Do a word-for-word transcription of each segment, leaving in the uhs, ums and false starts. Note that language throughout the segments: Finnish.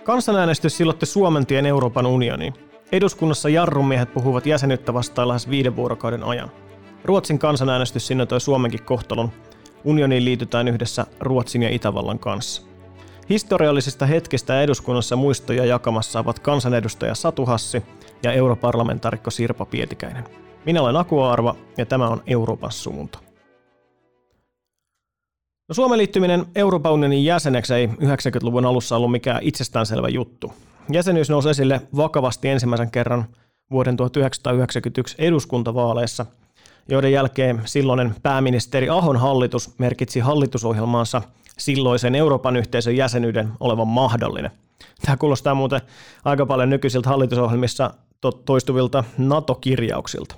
Kansanäänestys silloitti Suomen tien Euroopan unioniin. Eduskunnassa jarrumiehet puhuvat jäsenyyttä vastaan lähes viiden vuorokauden ajan. Ruotsin kansanäänestys sinnotoi Suomenkin kohtalon. Unioniin liitytään yhdessä Ruotsin ja Itävallan kanssa. Historiallisista hetkistä eduskunnassa muistoja jakamassa ovat kansanedustaja Satu Hassi ja europarlamentaarikko Sirpa Pietikäinen. Minä olen Aku Aarva ja tämä on Euroopan suunta. No, Suomen liittyminen Euroopan unionin jäseneksi ei yhdeksänkymmentäluvun alussa ollut mikään itsestäänselvä juttu. Jäsenyys nousi esille vakavasti ensimmäisen kerran vuoden tuhatyhdeksänsataayhdeksänkymmentäyksi eduskuntavaaleissa, joiden jälkeen silloinen pääministeri Ahon hallitus merkitsi hallitusohjelmaansa silloisen Euroopan yhteisön jäsenyyden olevan mahdollinen. Tämä kuulostaa muuten aika paljon nykyisiltä hallitusohjelmissa toistuvilta NATO-kirjauksilta.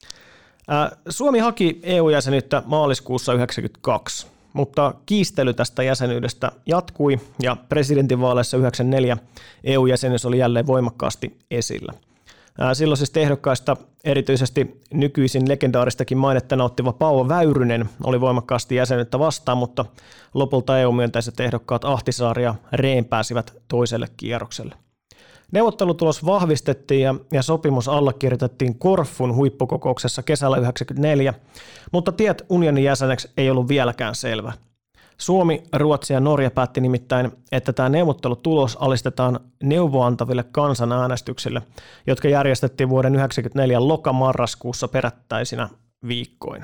Suomi haki E U-jäsenyyttä maaliskuussa yhdeksänkymmentäkaksi, mutta kiistely tästä jäsenyydestä jatkui ja presidentinvaaleissa yhdeksänkymmentäneljä E U-jäsenyys oli jälleen voimakkaasti esillä. Silloisista ehdokkaista erityisesti nykyisin legendaaristakin mainetta nauttiva Paavo Väyrynen oli voimakkaasti jäsenyyttä vastaan, mutta lopulta E U-myönteiset ehdokkaat Ahtisaari ja Rehn pääsivät toiselle kierrokselle. Neuvottelutulos vahvistettiin ja, ja sopimus allekirjoitettiin Korfun huippukokouksessa kesällä yhdeksänkymmentäneljä, mutta tiet unionin jäseneksi ei ollut vieläkään selvä. Suomi, Ruotsi ja Norja päätti nimittäin, että tämä neuvottelutulos alistetaan neuvoantaville kansanäänestyksille, jotka järjestettiin vuoden yhdeksänkymmentäneljä loka-marraskuussa perättäisinä viikkoina.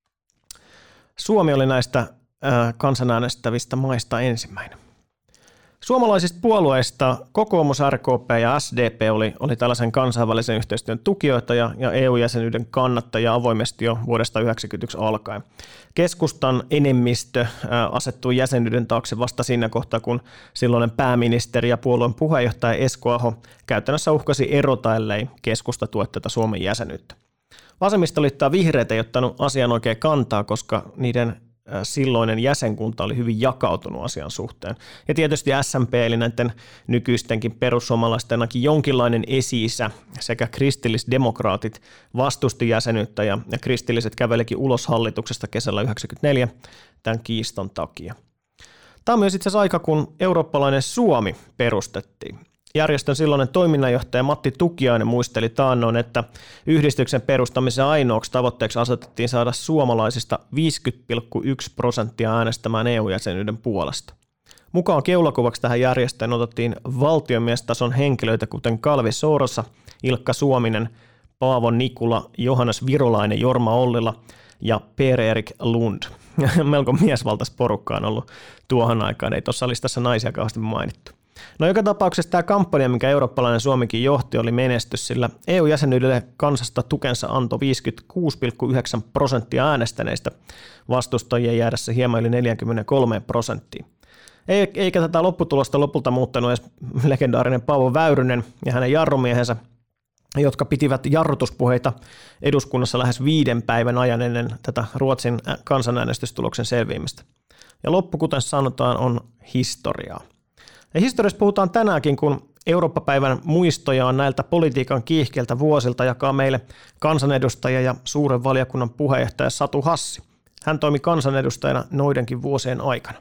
Suomi oli näistä ää, kansanäänestävistä maista ensimmäinen. Suomalaisista puolueista kokoomus, R K P ja S D P oli, oli tällaisen kansainvälisen yhteistyön tukijoita ja, ja E U-jäsenyyden kannattajia avoimesti jo vuodesta yhdeksänkymmentäyksi alkaen. Keskustan enemmistö ää, asettui jäsenyyden taakse vasta siinä kohtaa, kun silloinen pääministeri ja puolueen puheenjohtaja Esko Aho käytännössä uhkasi erota, ellei keskusta tue tätä Suomen jäsenyyttä. Vasemmistoliitto ja vihreät ei ottanut asian oikein kantaa, koska niiden silloinen jäsenkunta oli hyvin jakautunut asian suhteen. Ja tietysti S M P eli näiden nykyistenkin perussuomalaisten ainakin jonkinlainen esi-isä sekä kristillisdemokraatit vastusti jäsenyyttä ja, ja kristilliset kävelikin ulos hallituksesta kesällä yhdeksänkymmentäneljä tämän kiistan takia. Tämä on myös itse asiassa aika, kun eurooppalainen Suomi perustettiin. Järjestön silloinen toiminnanjohtaja Matti Tukiainen muisteli taannoin, että yhdistyksen perustamisen ainoaksi tavoitteeksi asetettiin saada suomalaisista viisikymmentä pilkku yksi prosenttia äänestämään E U-jäsenyyden puolesta. Mukaan keulakuvaksi tähän järjestöön otettiin valtiomiestason henkilöitä, kuten Kalvi Soorosa, Ilkka Suominen, Paavo Nikula, Johannes Virolainen, Jorma Ollila ja Per-Erik Lund. Melko miesvaltaista porukkaa on ollut tuohon aikaan, ei tuossa listassa naisia kauheasti mainittu. No joka tapauksessa tämä kampanja, minkä eurooppalainen Suomikin johti, oli menestys, sillä E U-jäsenyydelle kansasta tukensa antoi viisikymmentäkuusi pilkku yhdeksän prosenttia äänestäneistä vastustajien jäädessä hieman yli neljäkymmentäkolme prosenttia. Eikä tätä lopputulosta lopulta muuttanut edes legendaarinen Paavo Väyrynen ja hänen jarrumiehensä, jotka pitivät jarrutuspuheita eduskunnassa lähes viiden päivän ajan ennen tätä Ruotsin kansanäänestystuloksen selviämistä. Ja loppu, kuten sanotaan, on historiaa. Ja historiassa puhutaan tänäänkin, kun Eurooppa-päivän muistoja on näiltä politiikan kiihkeiltä vuosilta jakaa meille kansanedustaja ja suuren valiokunnan puheenjohtaja Satu Hassi. Hän toimi kansanedustajana noidenkin vuosien aikana.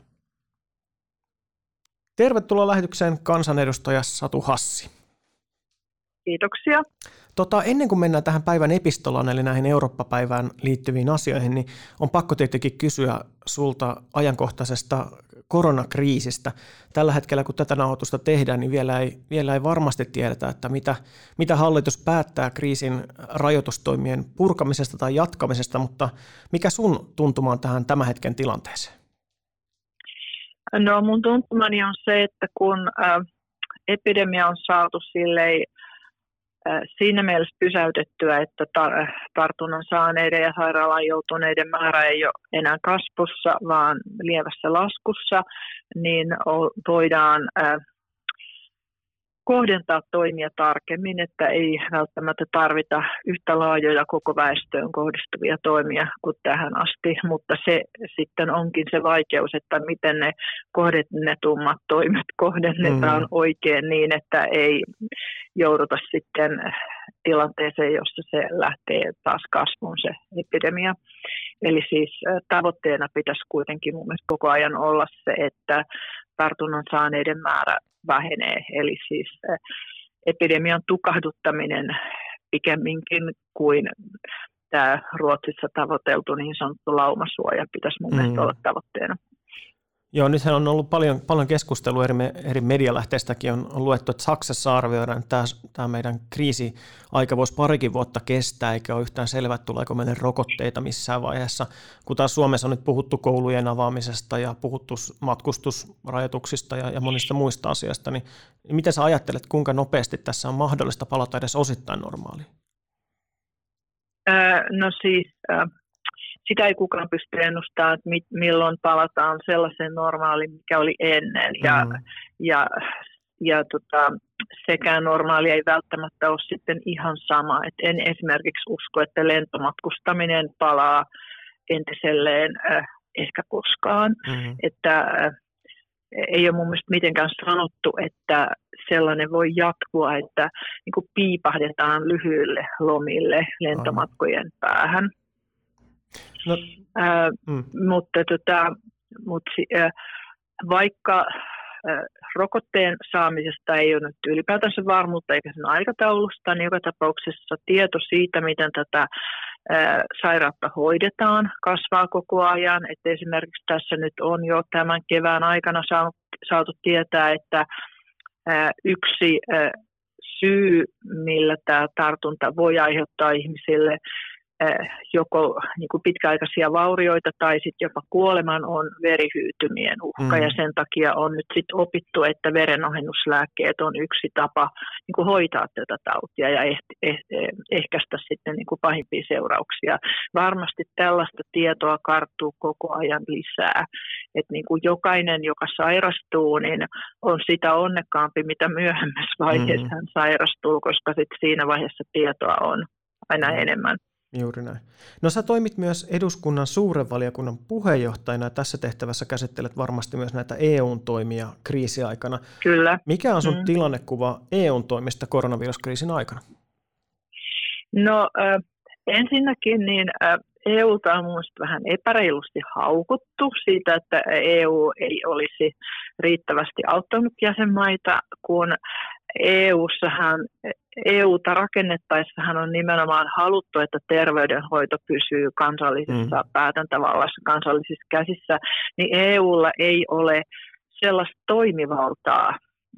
Tervetuloa lähetykseen kansanedustaja Satu Hassi. Kiitoksia. Tota, ennen kuin mennään tähän päivän epistolaan, eli näihin Eurooppa-päivään liittyviin asioihin, niin on pakko tietenkin kysyä sulta ajankohtaisesta koronakriisistä. Tällä hetkellä, kun tätä nauhoitusta tehdään, niin vielä ei, vielä ei varmasti tiedetä, että mitä, mitä hallitus päättää kriisin rajoitustoimien purkamisesta tai jatkamisesta, mutta mikä sun tuntuma on tähän tämän hetken tilanteeseen? No mun tuntumani on se, että kun äh, epidemia on saatu silleen siinä mielessä pysäytettyä, että tartunnan saaneiden ja sairaalaan joutuneiden määrä ei ole enää kasvussa, vaan lievässä laskussa, niin voidaan kohdentaa toimia tarkemmin, että ei välttämättä tarvita yhtä laajoja koko väestöön kohdistuvia toimia kuin tähän asti, mutta se sitten onkin se vaikeus, että miten ne kohdennetummat toimet kohdennetaan mm. oikein niin, että ei jouduta sitten tilanteeseen, jossa se lähtee taas kasvuun se epidemia. Eli siis tavoitteena pitäisi kuitenkin mun mielestä koko ajan olla se, että tartunnan saaneiden määrä vähenee. Eli siis epidemian tukahduttaminen pikemminkin kuin tämä Ruotsissa tavoiteltu niin sanottu laumasuoja pitäisi mun mm. mielestä olla tavoitteena. Joo, nythän on ollut paljon, paljon keskustelua eri, eri medialähteistäkin on, on luettu, että Saksassa arvioidaan, että tämä, tämä meidän kriisi-aika voisi parikin vuotta kestää, eikä ole yhtään selvää, että tuleeko meille rokotteita missään vaiheessa. Kun taas Suomessa on nyt puhuttu koulujen avaamisesta ja puhuttu matkustusrajoituksista ja, ja monista muista asioista, niin, niin mitä sä ajattelet, kuinka nopeasti tässä on mahdollista palata edes osittain normaaliin? Äh, no siis... Äh... Sitä ei kukaan pysty ennustamaan, että milloin palataan sellaiseen normaaliin, mikä oli ennen. Ja, mm. ja, ja tota, sekään normaali ei välttämättä ole sitten ihan sama. Et en esimerkiksi usko, että lentomatkustaminen palaa entiselleen äh, ehkä koskaan. Mm. Että, äh, ei ole mun mielestä mitenkään sanottu, että sellainen voi jatkua, että niin kuin piipahdetaan lyhyille lomille lentomatkojen mm. päähän. No, äh, mm. Mutta tota, mut, äh, vaikka äh, rokotteen saamisesta ei ole nyt ylipäätänsä varmuutta eikä sen aikataulusta, niin joka tapauksessa tieto siitä, miten tätä äh, sairautta hoidetaan, kasvaa koko ajan. Et esimerkiksi tässä nyt on jo tämän kevään aikana saanut, saatu tietää, että äh, yksi äh, syy, millä tämä tartunta voi aiheuttaa ihmisille joko niin kuin pitkäaikaisia vaurioita tai sitten jopa kuoleman on verihyytymien uhka. Mm. Ja sen takia on nyt sit opittu, että verenohennuslääkkeet on yksi tapa niin kuin hoitaa tätä tautia ja eh- eh- ehkäistä sitten niin kuin pahimpia seurauksia. Varmasti tällaista tietoa karttuu koko ajan lisää. Et niin kuin jokainen, joka sairastuu, niin on sitä onnekkaampi, mitä myöhemmässä vaiheessa mm. hän sairastuu, koska sit siinä vaiheessa tietoa on aina mm. enemmän. Juuri näin. No sä toimit myös eduskunnan suuren valiokunnan puheenjohtajana ja tässä tehtävässä käsittelet varmasti myös näitä E U:n toimia kriisiaikana. Kyllä. Mikä on sun mm. tilannekuva E U:n toimista koronaviruskriisin aikana? No äh, ensinnäkin niin äh, E U:ta on mielestäni vähän epäreilusti haukuttu siitä, että E U ei olisi riittävästi auttanut jäsenmaita, kun E U:ssahan, E U:ta rakennettaessahan on nimenomaan haluttu, että terveydenhoito pysyy kansallisessa mm. päätäntävallassa, kansallisissa käsissä, niin E U:lla ei ole sellaista toimivaltaa,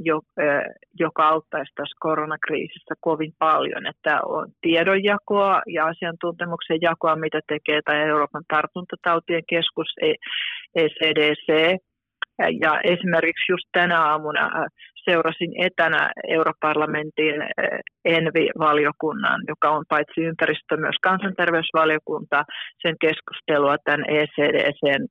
joka auttaisi tässä koronakriisissä kovin paljon, että on tiedonjakoa ja asiantuntemuksen jakoa, mitä tekee tämä Euroopan tartuntatautien keskus E C D C. Ja esimerkiksi just tänä aamuna seurasin etänä Europarlamentin ENVI-valiokunnan, joka on paitsi ympäristö- myös kansanterveysvaliokunta, sen keskustelua tämän E C D C:n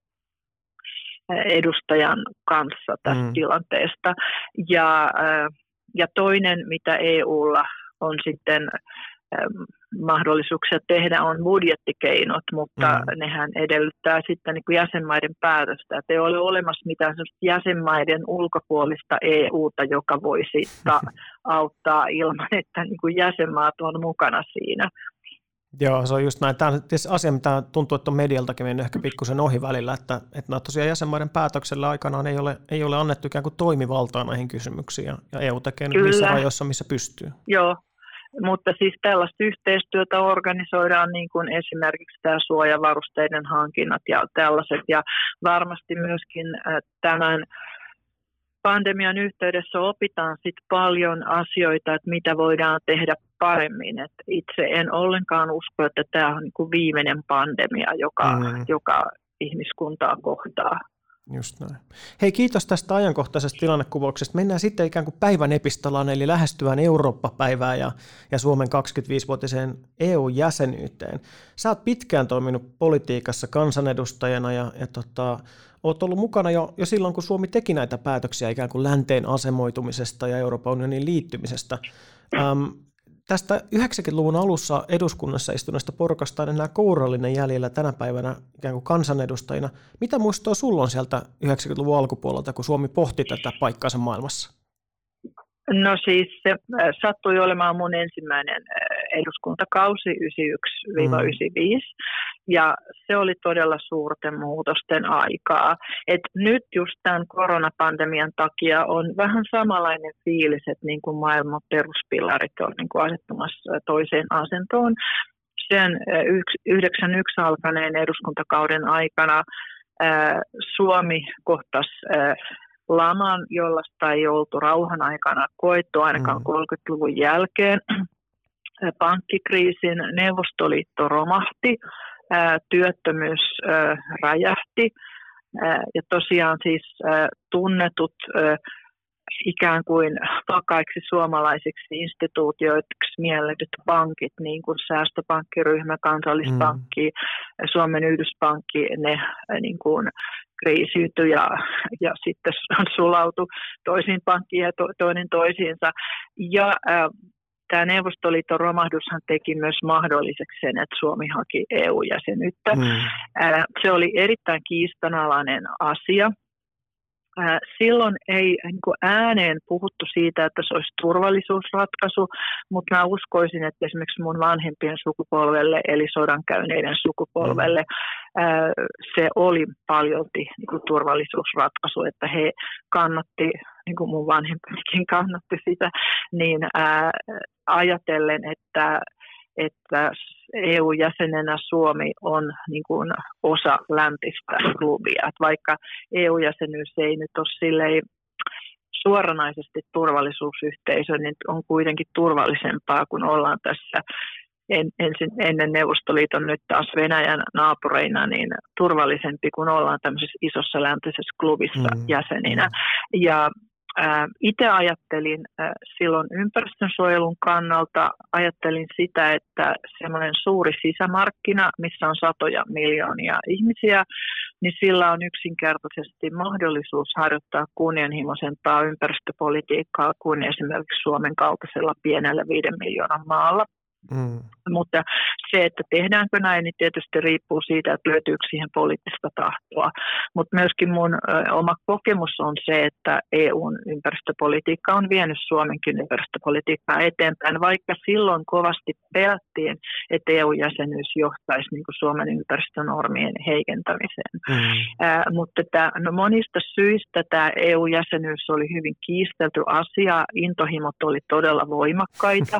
edustajan kanssa tästä mm. tilanteesta. Ja, ja toinen, mitä E U:lla on sitten mahdollisuuksia tehdä, on budjettikeinot, mutta mm. nehän edellyttää sitten niin kuin jäsenmaiden päätöstä. Että ei ole olemassa mitään jäsenmaiden ulkopuolista E U:ta, joka voisi ta- auttaa ilman, että niin kuin jäsenmaat on mukana siinä. Joo, se on just näin. Tämä on asia, mitä tuntuu, että on medialtakin mennyt ehkä pikkusen ohi välillä, että, että tosiaan jäsenmaiden päätöksellä aikanaan ei ole, ei ole annettu ikään kuin toimivaltaa näihin kysymyksiin, ja, ja E U tekee nyt niissä rajoissa, missä pystyy. Joo, mutta siis tällaista yhteistyötä organisoidaan niin kuin esimerkiksi tämä suojavarusteiden hankinnat ja tällaiset, ja varmasti myöskin tämän pandemian yhteydessä opitaan sit paljon asioita, että mitä voidaan tehdä paremmin. Et itse en ollenkaan usko, että tämä on niin kuin viimeinen pandemia, joka, mm. joka ihmiskuntaa kohtaa. Just näin. Hei, kiitos tästä ajankohtaisesta tilannekuvauksesta. Mennään sitten ikään kuin päivän epistolaan, eli lähestyvään Eurooppa-päivää ja, ja Suomen kaksikymmentäviisivuotiseen E U-jäsenyyteen. Sä oot pitkään toiminut politiikassa kansanedustajana ja, ja tota, oot ollut mukana jo, jo silloin, kun Suomi teki näitä päätöksiä ikään kuin länteen asemoitumisesta ja Euroopan unionin liittymisestä. Ähm, Tästä yhdeksänkymmentäluvun alussa eduskunnassa istuneesta porukasta on enää kourallinen jäljellä tänä päivänä ikään kuin kansanedustajina. Mitä muistoa sulla on sieltä yhdeksänkymmentäluvun alkupuolelta, kun Suomi pohti tätä paikkaansa maailmassa? No siis se sattui olemaan mun ensimmäinen eduskuntakausi yhdeksänkymmentäyksi yhdeksänkymmentäviisi. Ja se oli todella suurten muutosten aikaa. Et nyt just tämän koronapandemian takia on vähän samanlainen fiilis, että niin kuin maailman peruspilarit on niin kuin asettumassa toiseen asentoon. Sen yhdeksänkymmentäyksi alkaneen eduskuntakauden aikana ää, Suomi kohtasi ää, laman, jollaista ei oltu rauhan aikana koettu ainakaan mm. kolmekymmentäluvun jälkeen. Pankkikriisin, Neuvostoliitto romahti, ää, työttömyys ää, räjähti ää, ja tosiaan siis ää, tunnetut ää, ikään kuin vakaiksi suomalaisiksi instituutioiksi mielletyt pankit, niin kuin Säästöpankkiryhmä, Kansallispankki, mm. Suomen Yhdyspankki, ne niin kuin kriisiytyi ja, ja sitten sulautui toisiin pankkiin ja to, toinen toisiinsa. Ja äh, tämä Neuvostoliiton romahdushan teki myös mahdolliseksi sen, että Suomi haki E U-jäsenyyttä. Mm. Äh, se oli erittäin kiistanalainen asia. Silloin ei niin kuin ääneen puhuttu siitä, että se olisi turvallisuusratkaisu, mutta mä uskoisin, että esimerkiksi mun vanhempien sukupolvelle, eli sodan käyneiden sukupolvelle, mm. se oli paljolti niin kuin turvallisuusratkaisu, että he kannatti, niin kuin mun vanhempikin kannatti sitä, niin ää, ajatellen, että että E U-jäsenenä Suomi on niin kuin osa läntistä klubia. Että vaikka E U-jäsenyys ei nyt ole silleen suoranaisesti turvallisuusyhteisö, niin on kuitenkin turvallisempaa, kun ollaan tässä en, ensin, ennen Neuvostoliiton nyt taas Venäjän naapureina, niin turvallisempi, kun ollaan tämmöisessä isossa läntisessä klubissa mm. jäseninä. Ja itse ajattelin silloin ympäristönsuojelun kannalta, ajattelin sitä, että semmoinen suuri sisämarkkina, missä on satoja miljoonia ihmisiä, niin sillä on yksinkertaisesti mahdollisuus harjoittaa kunnianhimoisempaa ympäristöpolitiikkaa kuin esimerkiksi Suomen kaltaisella pienellä viiden miljoonan maalla. Mm. Mutta se, että tehdäänkö näin, niin tietysti riippuu siitä, että löytyykö siihen poliittista tahtoa. Mutta myöskin mun ö, oma kokemus on se, että E U:n ympäristöpolitiikka on vienyt Suomenkin ympäristöpolitiikkaa eteenpäin, vaikka silloin kovasti pelättiin, että E U-jäsenyys johtaisi niin kuin Suomen ympäristönormien heikentämiseen. Mm. Ä, mutta että, no monista syistä tämä E U-jäsenyys oli hyvin kiistelty asia, intohimot oli todella voimakkaita.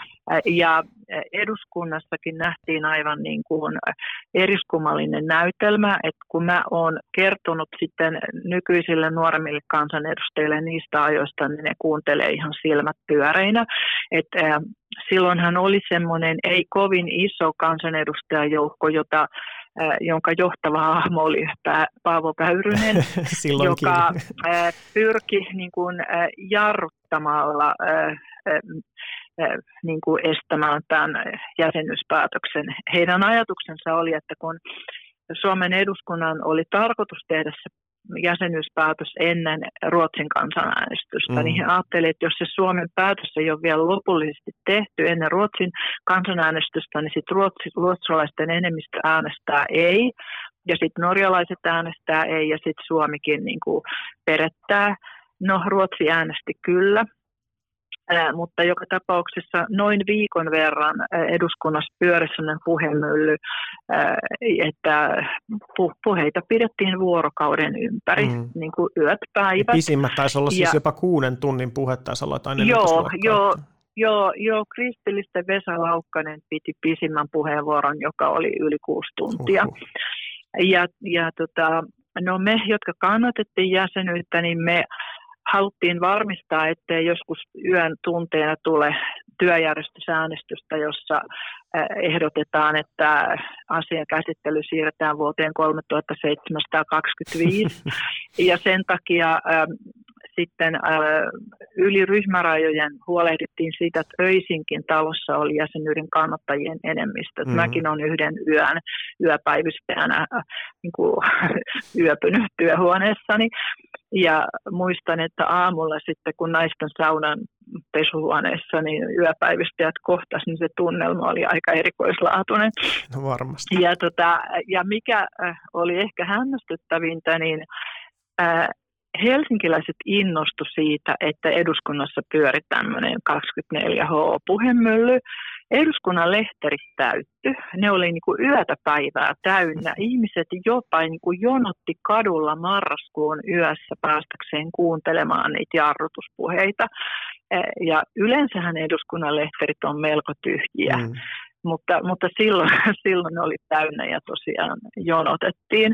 Ja eduskunnassakin nähtiin aivan niin kuin eriskummallinen näytelmä, että kun mä oon kertonut sitten nykyisille nuoremmille kansanedustajille niistä ajoista, niin ne kuuntelee ihan silmät pyöreinä. Että silloinhan oli semmoinen ei kovin iso kansanedustajajoukko, jota jonka johtava hahmo oli Paavo Väyrynen, joka pyrki niin kuin jarruttamalla niin kuin estämään tämän jäsenyyspäätöksen. Heidän ajatuksensa oli, että kun Suomen eduskunnan oli tarkoitus tehdä se jäsenyyspäätös ennen Ruotsin kansanäänestystä, mm. niin he ajattelivat, että jos se Suomen päätös ei ole vielä lopullisesti tehty ennen Ruotsin kansanäänestystä, niin sitten ruotsi, ruotsalaisten enemmistö äänestää ei, ja sitten norjalaiset äänestää ei, ja sitten Suomikin niin kuin perettää. No, Ruotsi äänesti kyllä. Ää, mutta joka tapauksessa noin viikon verran ää, eduskunnassa pyöri sellainen puhemylly, ää, että pu- puheita pidettiin vuorokauden ympäri, mm. niin kuin yöt, päivät. Pisimmät taisi olla siis ja, jopa kuuden tunnin puhe, taisi olla jotain joo, joo, joo, joo, kristillisten Vesa Laukkanen piti pisimmän puheenvuoron, joka oli yli kuusi tuntia. Uhuh. Ja, ja tota, no me, jotka kannatettiin jäsenyyttä, niin me haluttiin varmistaa, ettei joskus yön tunteena tule työjärjestysäänestystä, jossa ehdotetaan, että asian käsittely siirretään vuoteen kolmetuhattaseitsemänsataakaksikymmentäviisi. Ja sen takia sitten yli ryhmärajojen huolehdittiin siitä, että öisinkin talossa oli jäsenyyden kannattajien enemmistö. Mm-hmm. Mäkin olen yhden yön yöpäivystäjänä niin kuin yöpynyt työhuoneessani. Ja muistan, että aamulla sitten, kun naisten saunan pesuhuoneessa niin yöpäivystäjät kohtasivat, niin se tunnelma oli aika erikoislaatuinen. No varmasti. Ja, tota, ja mikä oli ehkä hämmästyttävintä, niin äh, helsinkiläiset innostu siitä, että eduskunnassa pyöri tämmöinen kaksikymmentäneljä H-puhemylly, eduskunnan lehterit täytty. Ne oli niin kuin yötä päivää täynnä. Ihmiset jopa niin kuin jonotti kadulla marraskuun yössä päästäkseen kuuntelemaan niitä jarrutuspuheita. Ja yleensähän eduskunnan lehterit on melko tyhjiä, mm. mutta, mutta silloin, silloin ne oli täynnä ja tosiaan jonotettiin.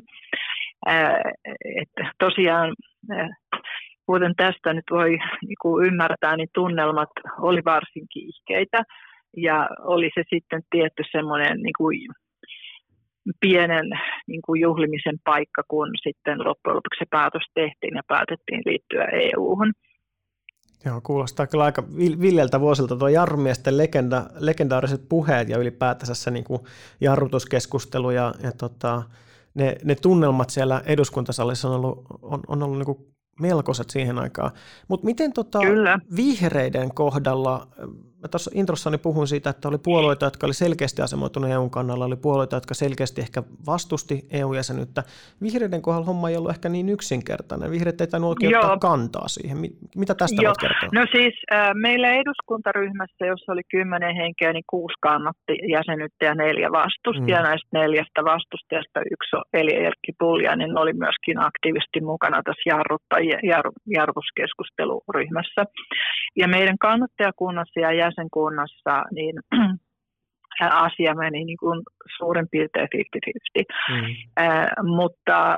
Että tosiaan, kuten tästä nyt voi niin kuin ymmärtää, niin tunnelmat oli varsin kiihkeitä. Ja oli se sitten tietty semmoinen niin kuin pienen niin kuin juhlimisen paikka, kun sitten loppujen lopuksi se päätös tehtiin ja päätettiin liittyä E U-hun. Joo, kuulostaa kyllä aika villeltä vuosilta tuo jarrumiesten legenda, legendaariset puheet ja ylipäätänsä se niin kuin jarrutuskeskustelu ja, ja tota, ne, ne tunnelmat siellä eduskuntasalissa on ollut, on, on ollut niin kuin melkoiset siihen aikaan. Mutta miten tota vihreiden kohdalla, mä tuossa introssani puhuin siitä, että oli puolueita, jotka oli selkeästi asemoitunut E U:n kannalla, oli puolueita, jotka selkeästi ehkä vastusti E U-jäsenyyttä. Vihreiden kohdalla homma ei ollut ehkä niin yksinkertainen. Vihreät ei tainnut oikein ottaa kantaa siihen. Mitä tästä Joo. voit kertoa? No siis äh, meillä eduskuntaryhmässä, jossa oli kymmenen henkeä, niin kuusi kannatti jäsenyyttä ja neljä vastusti. Mm. Ja näistä neljästä vastustajasta yksi, eli Erkki Pulliainen, oli myöskin aktiivisesti mukana tässä jarruttajien jar, jarrutuskeskusteluryhmässä. Ja meidän kannattajakunnassa ja jäsenkunnassa niin asia meni niin kuin suurin piirtein viisikymmentä viisikymmentä. Mm. Äh, mutta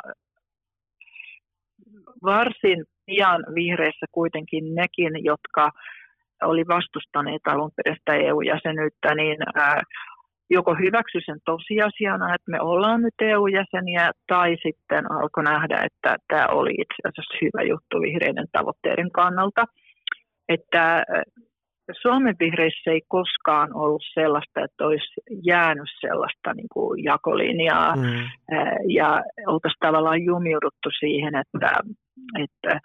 varsin pian vihreissä kuitenkin nekin, jotka oli vastustaneet alun perin sitä E U-jäsenyyttä, niin ää, joko hyväksy sen tosiasiana, että me ollaan nyt E U-jäseniä, tai sitten alkoi nähdä, että tämä oli itse asiassa hyvä juttu vihreiden tavoitteiden kannalta. Että Suomen vihreissä ei koskaan ollut sellaista, että olisi jäänyt sellaista niin kuin jakolinjaa mm. ja oltaisiin tavallaan jumiuduttu siihen, että, että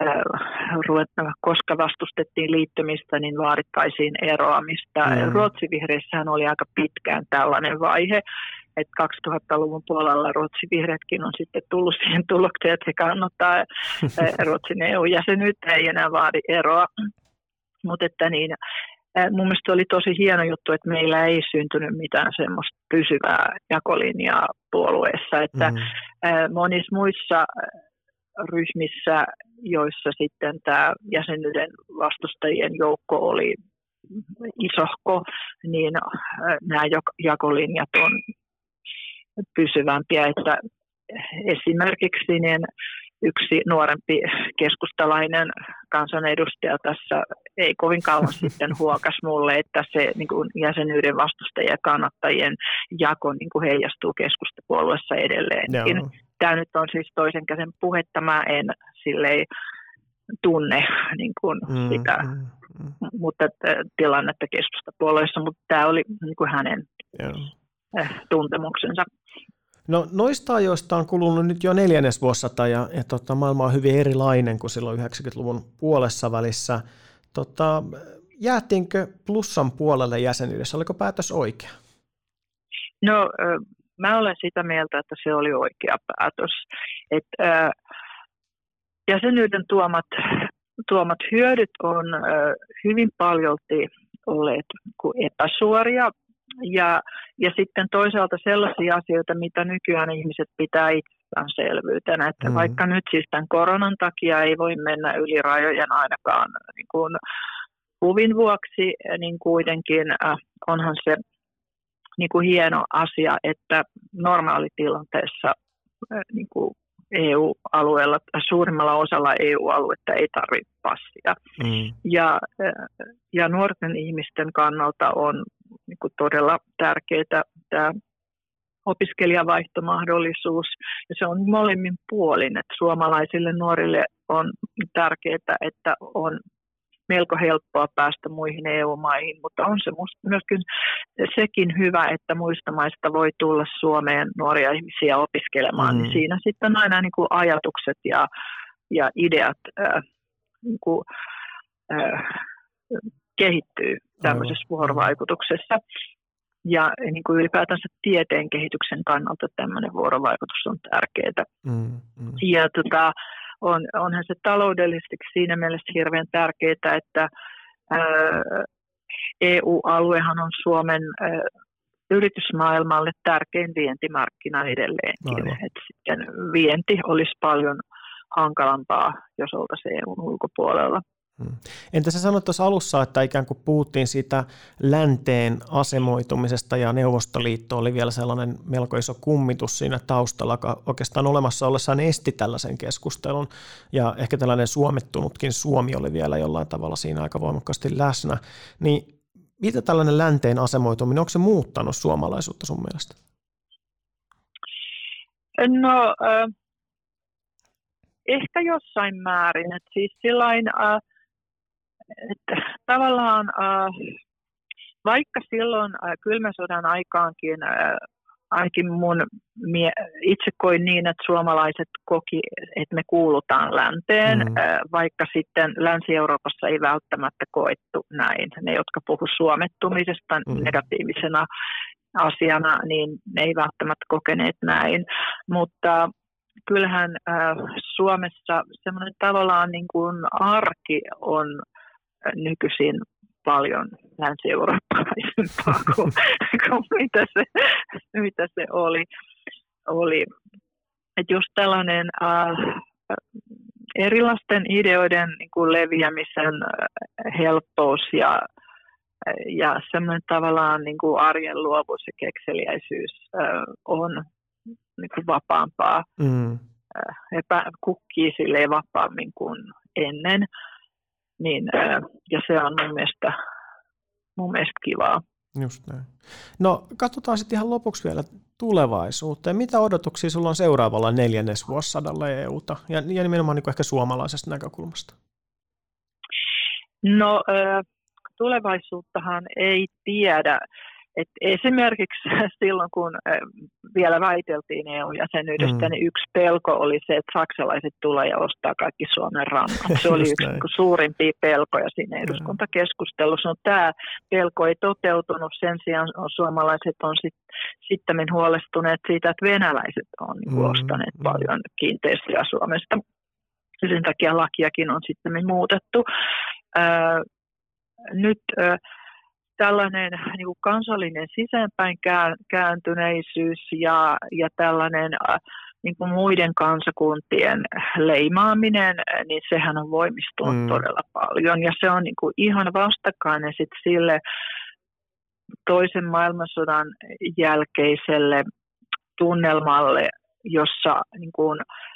koska vastustettiin liittymistä, niin vaadittaisiin eroamista. Mm. Ruotsivihreissähän oli aika pitkään tällainen vaihe, että kaksituhattaluvun puolella ruotsivihreätkin on sitten tullut siihen tulokseen, että he kannattaa Ruotsin E U-jäsenyyttä, ei enää vaadi eroa. Mutta että niin, mun mielestä oli tosi hieno juttu, että meillä ei syntynyt mitään semmoista pysyvää jakolinjaa puolueessa, että mm. monissa muissa ryhmissä, joissa sitten tämä jäsenyyden vastustajien joukko oli isohko, niin nämä jakolinjat on pysyvämpiä, että esimerkiksi niin yksi nuorempi keskustalainen kansanedustaja tässä ei kovin kauan sitten huokas mulle, että se niin kuin jäsenyyden vastustajien ja kannattajien jako niin kuin heijastuu keskustapuolueessa edelleenkin. Joo. Tämä nyt on siis toisen käsen puhetta, mä en silleen tunne niin kuin mm, sitä mm, mm. Mutta, tilannetta keskustapuolueessa, mutta tämä oli niin kuin hänen Joo. tuntemuksensa. No noista ajoista on kulunut nyt jo neljännesvuosisata ja, ja tota, maailma on hyvin erilainen kuin silloin yhdeksänkymmentäluvun puolessa välissä. Tota, jäätiinkö plussan puolelle jäsenyydessä? Oliko päätös oikea? No mä olen sitä mieltä, että se oli oikea päätös. Et, äh, jäsenyyden tuomat, tuomat hyödyt on äh, hyvin paljolti olleet epäsuoria. Ja, ja sitten toisaalta sellaisia asioita, mitä nykyään ihmiset pitää itsestäänselvyytenä, että mm. vaikka nyt siis tämän koronan takia ei voi mennä yli rajojen ainakaan niin kuin huvin vuoksi, niin kuitenkin äh, onhan se niin kuin hieno asia, että normaalitilanteessa äh, niin kuin E U-alueella, suurimmalla osalla E U-aluetta ei tarvitse passia. Mm. Ja, ja nuorten ihmisten kannalta on niin kuin todella tärkeää tämä opiskelijavaihtomahdollisuus. Ja se on molemmin puolin, että suomalaisille nuorille on tärkeää, että on melko helppoa päästä muihin E U-maihin, mutta on se myöskin sekin hyvä, että muista maista voi tulla Suomeen nuoria ihmisiä opiskelemaan, mm. niin siinä sitten aina niin kuin ajatukset ja, ja ideat äh, niin kuin, äh, kehittyy tämmöisessä Aivan. vuorovaikutuksessa. Ja niin kuin ylipäätänsä tieteen kehityksen kannalta tämmöinen vuorovaikutus on tärkeää. Mm. Mm. Ja tota, On, onhan se taloudellisesti siinä mielessä hirveän tärkeää, että ää, E U-aluehan on Suomen yritysmaailmalle tärkein vientimarkkina edelleenkin. Et sitten vienti olisi paljon hankalampaa, jos oltaisiin E U:n ulkopuolella. Entä sä sanoit tuossa alussa, että ikään kuin puhuttiin siitä länteen asemoitumisesta ja Neuvostoliitto oli vielä sellainen melko iso kummitus siinä taustalla, joka oikeastaan olemassa ollessaan esti tällaisen keskustelun ja ehkä tällainen suomettunutkin Suomi oli vielä jollain tavalla siinä aika voimakkaasti läsnä. Niin mitä tällainen länteen asemoituminen, onko se muuttanut suomalaisuutta sun mielestä? No äh, ehkä jossain määrin, että siis sillain äh, että tavallaan äh, vaikka silloin äh, kylmän sodan aikaankin äh, ainakin mun mie- itse koin niin, että suomalaiset koki, että me kuulutaan länteen, mm. äh, vaikka sitten Länsi-Euroopassa ei välttämättä koettu näin. Ne, jotka puhuivat suomettumisesta mm. negatiivisena asiana, niin ne ei välttämättä kokeneet näin, mutta kyllähän äh, Suomessa semmoinen tavallaan niin kuin arki on nykyisin paljon länsi-eurooppalaisempaa kuin, kuin mitä, se, mitä se oli. oli. Et just tällainen äh, erilaisten ideoiden niin kuin leviämisen helppous ja, ja semmoinen tavallaan niin kuin arjen luovuus ja kekseliäisyys äh, on niin kuin vapaampaa. Mm. Äh, epä, kukkii silleen vapaammin kuin ennen. Niin, ja se on mun mielestä, mun mielestä kivaa. Just näin. No katsotaan sitten ihan lopuksi vielä tulevaisuuteen. Mitä odotuksia sulla on seuraavalla neljännesvuosisadalla E U:ta ja, ja nimenomaan niin kuin ehkä suomalaisesta näkökulmasta? No tulevaisuuttahan ei tiedä. Et esimerkiksi silloin, kun vielä väiteltiin E U-jäsenyydestä, mm. niin yksi pelko oli se, että saksalaiset tulee ja ostaa kaikki Suomen rannat. Se oli yksi niin suurimpia pelkoja siinä eduskuntakeskustelussa. No, tämä pelko ei toteutunut. Sen sijaan suomalaiset on sit, sitten huolestuneet siitä, että venäläiset on niin ostaneet mm. paljon kiinteistöjä Suomesta. Sen takia lakiakin on sitten muutettu. Äh, nyt... Äh, Tällainen niin kuin kansallinen sisäänpäin kääntyneisyys ja, ja tällainen niin kuin muiden kansakuntien leimaaminen, niin sehän on voimistunut mm. todella paljon. Ja se on niin kuin ihan vastakkainen sit sille toisen maailmansodan jälkeiselle tunnelmalle, jossa niin kuin,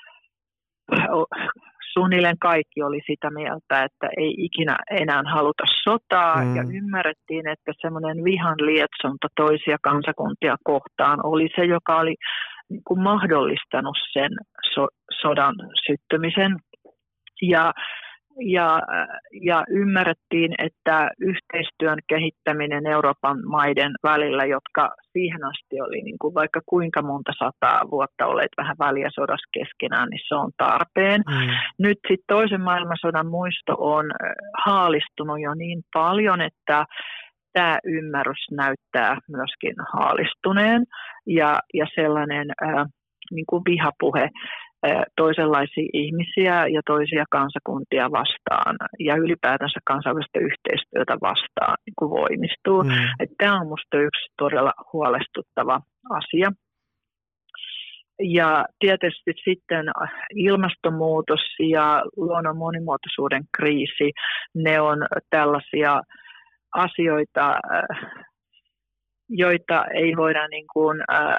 suunnilleen kaikki oli sitä mieltä, että ei ikinä enää haluta sotaa mm. ja ymmärrettiin, että semmoinen vihan lietsonta toisia kansakuntia kohtaan oli se, joka oli niin kuin mahdollistanut sen so- sodan syttymisen. Ja, ja, ja ymmärrettiin, että yhteistyön kehittäminen Euroopan maiden välillä, jotka siihen asti oli niin kuin vaikka kuinka monta sataa vuotta olleet vähän väliä sodassa keskenään, niin se on tarpeen. Mm. Nyt sitten toisen maailmansodan muisto on haalistunut jo niin paljon, että tämä ymmärrys näyttää myöskin haalistuneen ja, ja sellainen äh, niin kuin vihapuhe toisenlaisia ihmisiä ja toisia kansakuntia vastaan ja ylipäätänsä kansainvälistä yhteistyötä vastaan niin kuin voimistuu. Mm. Tämä on minusta yksi todella huolestuttava asia. Ja tietysti sitten ilmastonmuutos ja luonnon monimuotoisuuden kriisi, ne on tällaisia asioita, joita ei voida niin kuin,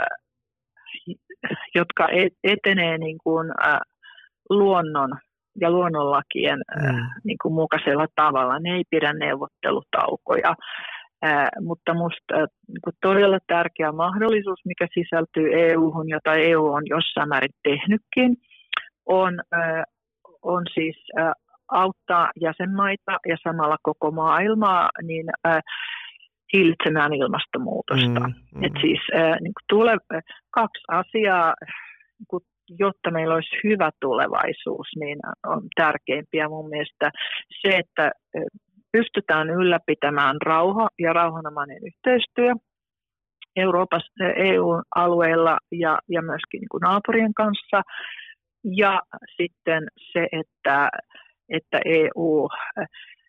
jotka etenee niin kuin, äh, luonnon ja luonnonlakien äh, mm. niin kuin mukaisella tavalla. Ne ei pidä neuvottelutaukoja, äh, mutta minusta äh, niin todella tärkeä mahdollisuus, mikä sisältyy E U:hun, jota E U on jossain määrin tehnytkin, on, äh, on siis äh, auttaa jäsenmaita ja samalla koko maailmaa niin, äh, hillitsemään ilmastonmuutosta. Mm, mm. Et siis äh, niin tule, kaksi asiaa, niin jotta meillä olisi hyvä tulevaisuus, niin on tärkeimpiä mun mielestä se, että pystytään ylläpitämään rauha ja rauhanomainen yhteistyö Euroopassa, E U-alueella ja, ja myöskin niin kuin naapurien kanssa. Ja sitten se, että, että E U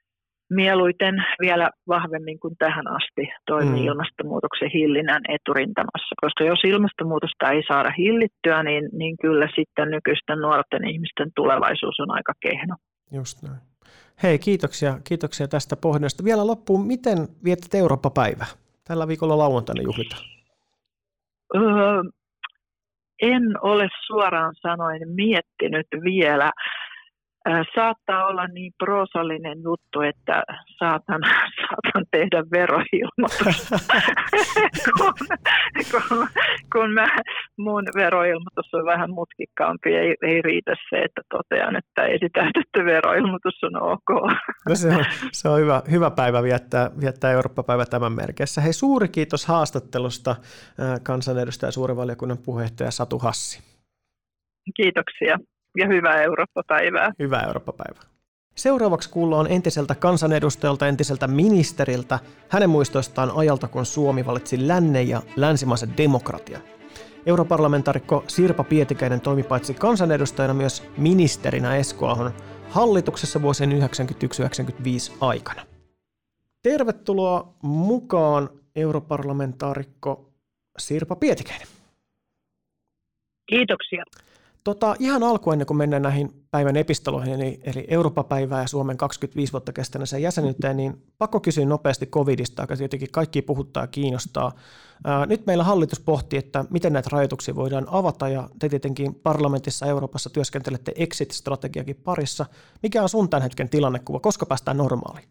mieluiten vielä vahvemmin kuin tähän asti toimii mm. ilmastonmuutoksen hillinnän eturintamassa, koska jos ilmastonmuutosta ei saada hillittyä, niin, niin kyllä sitten nykyisten nuorten ihmisten tulevaisuus on aika kehno. Just näin. Hei, kiitoksia, kiitoksia tästä pohdinnasta. Vielä loppuun, miten vietät Eurooppa-päivää? Tällä viikolla lauantaina juhlitaan. Öö, en ole suoraan sanoen miettinyt vielä. Saattaa olla niin proosallinen juttu, että saatan, saatan tehdä veroilmoitus, kun, kun, kun mä, mun veroilmoitus on vähän mutkikkaampi. Ei, ei riitä se, että totean, että esitäytetty veroilmoitus on ok. No se on, se on hyvä, hyvä päivä viettää, viettää Eurooppa-päivä tämän merkeissä. Hei, suuri kiitos haastattelusta kansanedustaja ja suuren valiokunnan puheenjohtaja Satu Hassi. Kiitoksia. Ja hyvää Eurooppa-päivää. Hyvää Eurooppa-päivää. Seuraavaksi kuullaan entiseltä kansanedustajalta, entiseltä ministeriltä, hänen muistoistaan ajalta, kun Suomi valitsi lännen ja länsimaisen demokratian. Europarlamentaarikko Sirpa Pietikäinen toimi paitsi kansanedustajana myös ministerinä Esko Ahon hallituksessa vuosien yhdeksänkymmentäyksi yhdeksänkymmentäviisi aikana. Tervetuloa mukaan europarlamentaarikko Sirpa Pietikäinen. Kiitoksia. Tota, ihan alkuun ennen kuin mennään näihin päivän epistoloihin, eli, eli Eurooppa-päivää ja Suomen kaksikymmentäviisi vuotta kestäneeseen jäsenyyteen, niin pakko kysyä nopeasti covidista, joka tietenkin kaikki puhuttaa ja kiinnostaa. Ää, nyt meillä hallitus pohtii, että miten näitä rajoituksia voidaan avata, ja te tietenkin parlamentissa Euroopassa työskentelette exit-strategiakin parissa. Mikä on sun tämän hetken tilannekuva? Koska päästään normaaliin?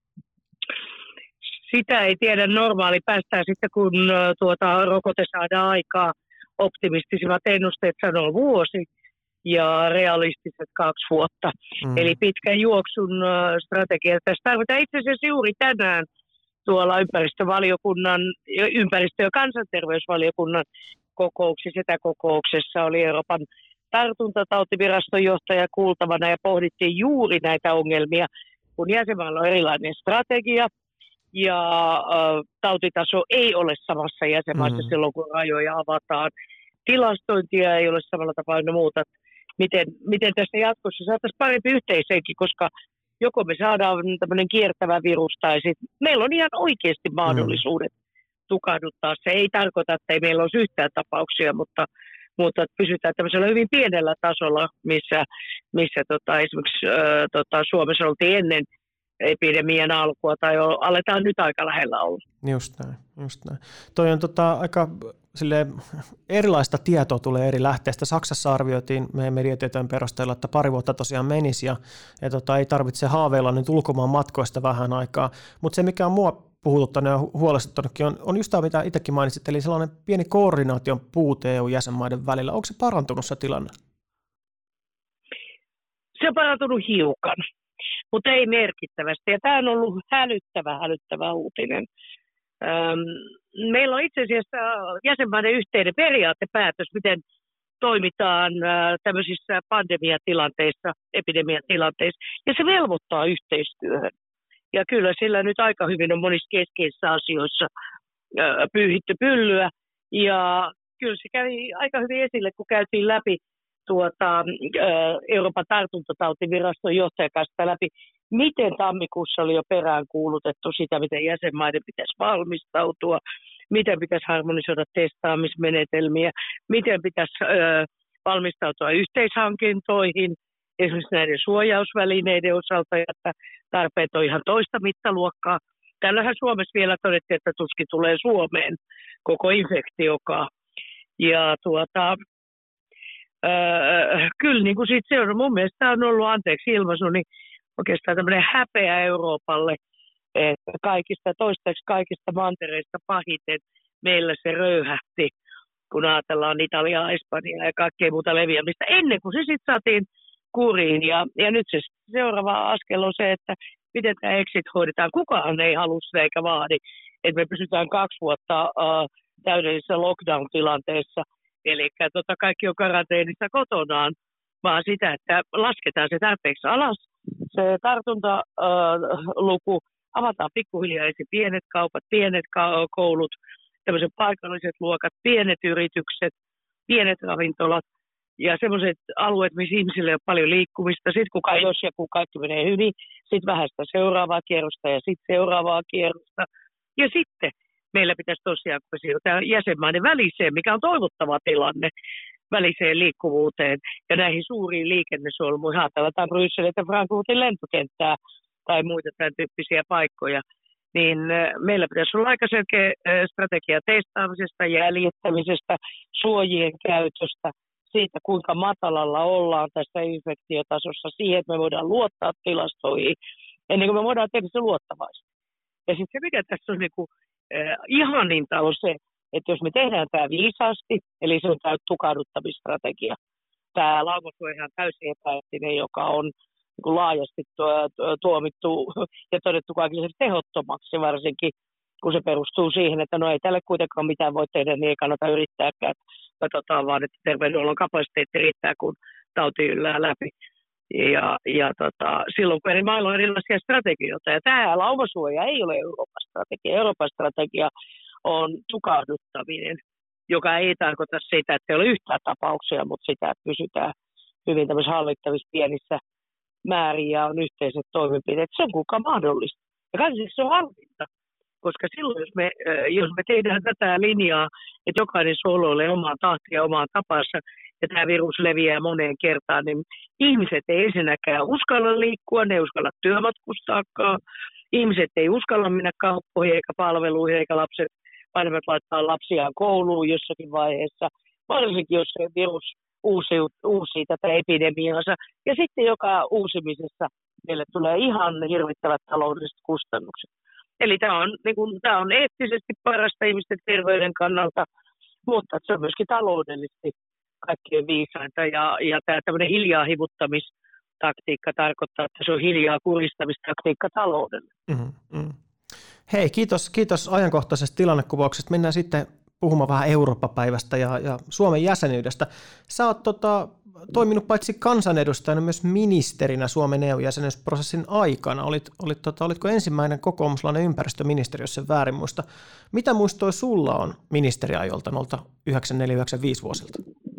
Sitä ei tiedä normaali. Päästään sitten, kun tuota, rokote saadaan aikaa. Optimistisimmat ennusteet sanoo vuosi ja realistiset kaksi vuotta. Mm. Eli pitkän juoksun strategia. Tässä tarvitaan itse asiassa juuri tänään tuolla ympäristövaliokunnan, ympäristö- ja kansanterveysvaliokunnan kokouksessa, etäkokouksessa oli Euroopan tartuntatautiviraston johtaja kuultavana ja pohdittiin juuri näitä ongelmia, kun jäsenmaalla on erilainen strategia. Ja ä, tautitaso ei ole samassa jäsenmaassa mm. silloin, kun rajoja avataan. Tilastointia ei ole samalla tapaa ja muuta. Miten, miten tästä jatkossa saataisiin parempi yhteishenki, koska joko me saadaan tämmöinen kiertävä virus tai sitten meillä on ihan oikeasti mahdollisuudet mm. tukahduttaa. Se ei tarkoita, että ei meillä olisi yhtään tapauksia, mutta, mutta pysytään tämmöisellä hyvin pienellä tasolla, missä, missä tota, esimerkiksi ä, tota, Suomessa oltiin ennen epidemian alkua, tai aletaan nyt aika lähellä olla. Just näin, just näin. Toi on tota, aika silleen, erilaista tietoa tulee eri lähteistä. Saksassa arvioitiin meidän mediatietojen perusteella, että pari vuotta tosiaan menisi, ja, ja tota, ei tarvitse haaveilla nyt ulkomaan matkoista vähän aikaa. Mutta se, mikä on mua puhututtanut ja huolestuttanutkin, on, on just tämä, mitä itsekin mainitsit, eli sellainen pieni koordinaation puute E U-jäsenmaiden välillä. Onko se parantunut se tilanne? Se on parantunut hiukan, mutta ei merkittävästi. Ja tämä on ollut hälyttävä, hälyttävä uutinen. Öm, meillä on itse asiassa jäsenmaiden yhteinen periaatepäätös, miten toimitaan ä, tämmöisissä pandemiatilanteissa, epidemiatilanteissa, ja se velvoittaa yhteistyöhön. Ja kyllä sillä nyt aika hyvin on monissa keskeisissä asioissa ä, pyyhitty pyllyä, ja kyllä se kävi aika hyvin esille, kun käytiin läpi tuota, Euroopan tartuntatautiviraston johtajan kanssa läpi, miten tammikuussa oli jo perään kuulutettu sitä, miten jäsenmaiden pitäisi valmistautua, miten pitäisi harmonisoida testaamismenetelmiä, miten pitäisi ö, valmistautua yhteishankintoihin, esimerkiksi näiden suojausvälineiden osalta, että tarpeet on ihan toista mittaluokkaa. Täällähän Suomessa vielä todettiin, että tuskin tulee Suomeen koko infektiokaan. Ja tuota... Öö, kyllä niin kuin siitä seuraa. Mun mielestä tämä on ollut, anteeksi ilmaisu, niin oikeastaan tämmöinen häpeä Euroopalle, että kaikista toistaiseksi kaikista mantereista pahiten meillä se röyhähti, kun ajatellaan Italiaa, Espanjaa ja kaikkea muuta leviämistä, ennen kuin se sitten saatiin kuriin. Ja, ja nyt se seuraava askel on se, että miten tämä exit hoidetaan. Kukaan ei halua sitä eikä vaadi, että me pysytään kaksi vuotta uh, täydellisessä lockdown-tilanteessa. Eli tota, kaikki on karanteenissa kotonaan, vaan sitä, että lasketaan se tarpeeksi alas, se tartuntaluku, avataan pikkuhiljaa ensin pienet kaupat, pienet ka- koulut, tämmöiset paikalliset luokat, pienet yritykset, pienet ravintolat, ja semmoiset alueet, missä ihmisille on paljon liikkumista. Sitten kun jos ja kun kaikki menee hyvin, sitten vähän sitä seuraavaa kierrosta ja sitten seuraavaa kierrosta. Ja sitten meillä pitäisi tosiaan siirtyä jäsenmaiden väliseen, mikä on toivottava tilanne, väliseen liikkuvuuteen ja näihin suuriin liikennesolmuihin. Ajatellaan Brysselin ja Frankfurtin lentokenttää tai muita tämän tyyppisiä paikkoja. Niin meillä pitäisi olla aika selkeä strategia testaamisesta, jäljittämisestä, suojien käytöstä, siitä kuinka matalalla ollaan tässä infektiotasossa, siihen, että me voidaan luottaa tilastoihin, ennen kuin me voidaan tehdä se luottavaisesti. Ja sitten se, mikä tässä on niinku, äh, ihaninta, on se, että jos me tehdään tämä viisaasti, eli se on tämä tukahduttamistrategia, tämä laumasuoja on ihan täysin epäeettinen, joka on niin laajasti tuomittu ja todettu kaikille tehottomaksi, varsinkin kun se perustuu siihen, että no ei tälle kuitenkaan mitään voi tehdä, niin ei kannata yrittääkään. Katsotaan vaan, että terveydenhuollon kapasiteetti riittää, kun tauti yllää läpi. Ja, ja tota, silloin kun eri mailla on erilaisia strategioita, ja tämä laumasuoja ei ole Euroopan strategia. Euroopan strategia on tukahduttaminen, joka ei tarkoita sitä, että ei ole yhtään tapauksia, mutta sitä, että pysytään hyvin tämmöisissä hallittavissa pienissä määrin ja on yhteiset toimenpiteet. Se on kuinka mahdollista. Ja kansallisesti se on halvinta, koska silloin, jos me, jos me tehdään tätä linjaa, että jokainen soloilee omaan tahtiin ja omaan tapansa, ja tämä virus leviää moneen kertaan, niin ihmiset ei ensinnäkään uskalla liikkua, ne ei uskalla työmatkustaakaan, ihmiset ei uskalla mennä kauppoihin eikä palveluihin, eikä lapset, vanhemmat laittaa lapsiaan kouluun jossakin vaiheessa, varsinkin jos se virus Uusi, uusi tätä epidemiaansa. Ja sitten joka uusimisessa meille tulee ihan hirvittävät taloudelliset kustannukset. Eli tämä on, niin kuin, tämä on eettisesti parasta ihmisten terveyden kannalta, mutta se on myöskin taloudellisesti kaikkein viisainta. Ja, ja tämä tämmöinen hiljaa hivuttamistaktiikka tarkoittaa, että se on hiljaa kuristamistaktiikka taloudelle. Mm-hmm. Hei, kiitos, kiitos ajankohtaisesta tilannekuvauksesta. Mennään sitten puhumaan vähän Eurooppa-päivästä ja, ja Suomen jäsenyydestä. Sä oot tota, toiminut paitsi kansanedustajana myös ministerinä Suomen E U-jäsenyysprosessin aikana. Olit, olit, tota, olitko ensimmäinen kokoomuslainen ympäristöministeri, jos sen väärin muista. Mitä muistoja sulla on ministeriajolta noilta yhdeksänkymmentäneljä yhdeksänkymmentäviisi vuosilta?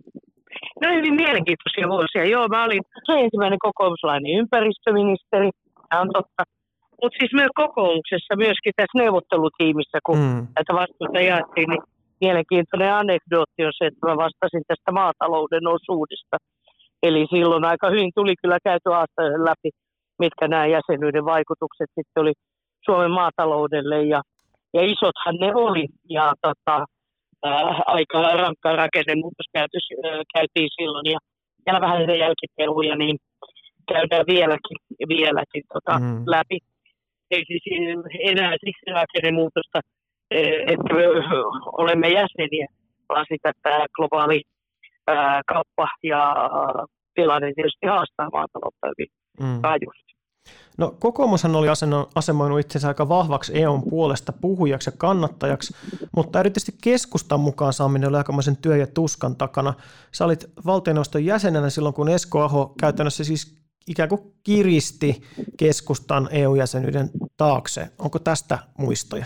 No hyvin mielenkiintoisia vuosia. Joo, mä olin ensimmäinen kokoomuslainen ympäristöministeri, tämä on totta. Mutta siis myös kokoomuksessa, myöskin tässä neuvottelutiimissä, kun mm. näitä vastuuta jaettiin, niin mielenkiintoinen anekdootti on se, että mä vastasin tästä maatalouden osuudesta. Eli silloin aika hyvin tuli kyllä käyty aastaisen läpi, mitkä nämä jäsenyyden vaikutukset sitten oli Suomen maataloudelle. Ja, ja isothan ne oli. Ja tota, ää, aika rankka rakennemuutos käytiin silloin. Ja vielä vähän niitä jälkiperuja, niin käydään vieläkin, vieläkin tota, mm. läpi. Ei siis enää siksi rakennemuutosta, että me olemme jäseniä, vaan sitä, että tämä globaali ää, kauppa ja tilanne tietysti haastaa maataloutta hyvin mm. rajusti. No kokoomushan oli asemoinut itsensä aika vahvaksi E U:n puolesta puhujaksi ja kannattajaksi, mutta erityisesti keskustan mukaan saaminen oli aikamoisen työ ja tuskan takana. Sä olit valtioneuvoston jäsenenä silloin, kun Esko Aho käytännössä siis ikään kuin kiristi keskustan E U-jäsenyyden taakse. Onko tästä muistoja?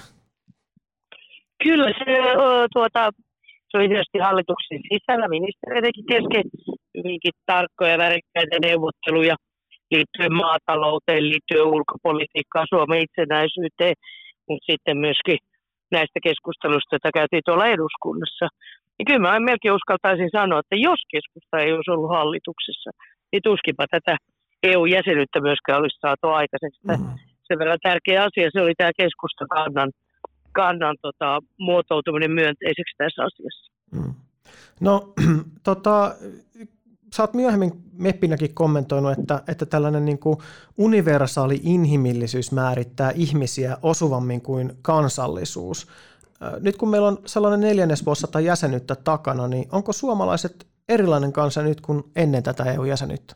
Kyllä, se, tuota, se oli tietysti hallituksen sisällä ministereidenkin kesken hyvinkin tarkkoja ja värikkäitä neuvotteluja liittyen maatalouteen, liittyen ulkopolitiikkaan, Suomen itsenäisyyteen, mutta sitten myöskin näistä keskusteluista, joita käytiin tuolla eduskunnassa. Ja kyllä mä melkein uskaltaisin sanoa, että jos keskusta ei olisi ollut hallituksessa, niin tuskinpa tätä E U-jäsenyyttä myöskään olisi saatu aikaiseksi. Mm. Sen verran tärkeä asia se oli tämä keskustakannan kannan, tota, muotoutuminen myönteiseksi tässä asiassa. Mm. No, tota, sä oot myöhemmin meppinäkin kommentoinut, että, että tällainen niin kuin universaali inhimillisyys määrittää ihmisiä osuvammin kuin kansallisuus. Nyt kun meillä on sellainen neljännesvuosisadan jäsenyyttä takana, niin onko suomalaiset erilainen kansa nyt kuin ennen tätä E U-jäsenyyttä?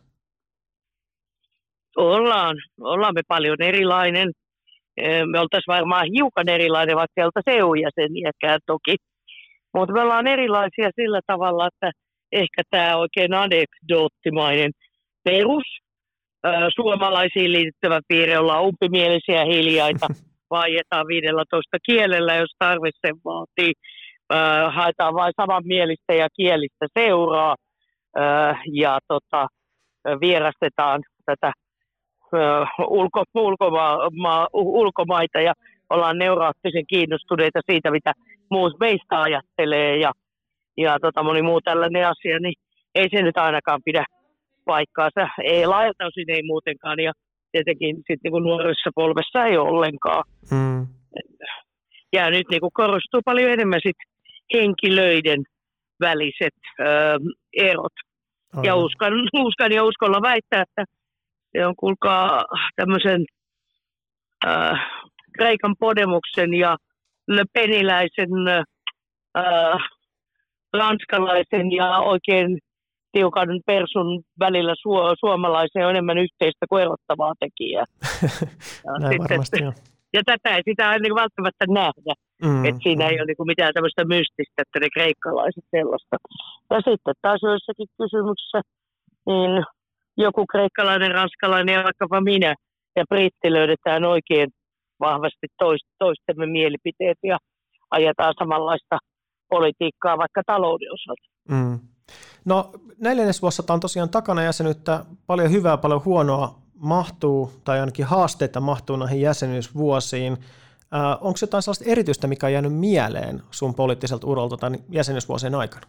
Ollaan. Ollaan me paljon erilainen. Me oltaisiin varmaan hiukan erilainen, vaikka ei oltaisi E U-jäseniäkään toki. Mutta me ollaan erilaisia sillä tavalla, että ehkä tämä oikein anekdoottimainen perus suomalaisiin liittyvä piirre, ollaan umpimielisiä hiljaita, vaietaan viidellätoista kielellä, jos tarve sen vaatii. Haetaan vain samanmielistä ja kielistä seuraa. ja tota, vierastetaan tätä ulko, ulkoma, ulkomaita ja ollaan neuroottisen kiinnostuneita siitä, mitä muut meistä ajattelee ja, ja tota, moni muu tällainen asia, niin ei se nyt ainakaan pidä paikkaansa. Ei laajalta osin, ei muutenkaan ja tietenkin sitten niin nuorissa polvessa ei ollenkaan. Hmm. Ja nyt niin kuin korostuu paljon enemmän sit henkilöiden väliset ö, erot. Aina. Ja uskon, uskon ja uskolla väittää, että se on kuulkaa tämmöisen äh, Kreikan Podemoksen ja Peniläisen, äh, ranskalaisen ja oikein tiukan persun välillä su- suomalaisen on enemmän yhteistä kuin erottavaa tekijää. Näin sitten, varmasti jo. Ja tätä ei sitä niin välttämättä nähdä, mm, että siinä mm. ei ole niin mitään tämmöistä mystistä, että ne kreikkalaiset sellaista. Ja sitten taas joissakin kysymyksissä, niin joku kreikkalainen, ranskalainen ja vaikkapa minä ja britti löydetään oikein vahvasti toistemme mielipiteet ja ajetaan samanlaista politiikkaa vaikka talouden osalta. Mm. No neljännesvuosisata on tosiaan takana jäsenyyttä, paljon hyvää, paljon huonoa mahtuu, tai ainakin haasteita mahtuu näihin jäsenyysvuosiin. Äh, onko jotain sellaista erityistä, mikä on jäänyt mieleen sun poliittiselta uralta tämän jäsenyysvuosien aikana?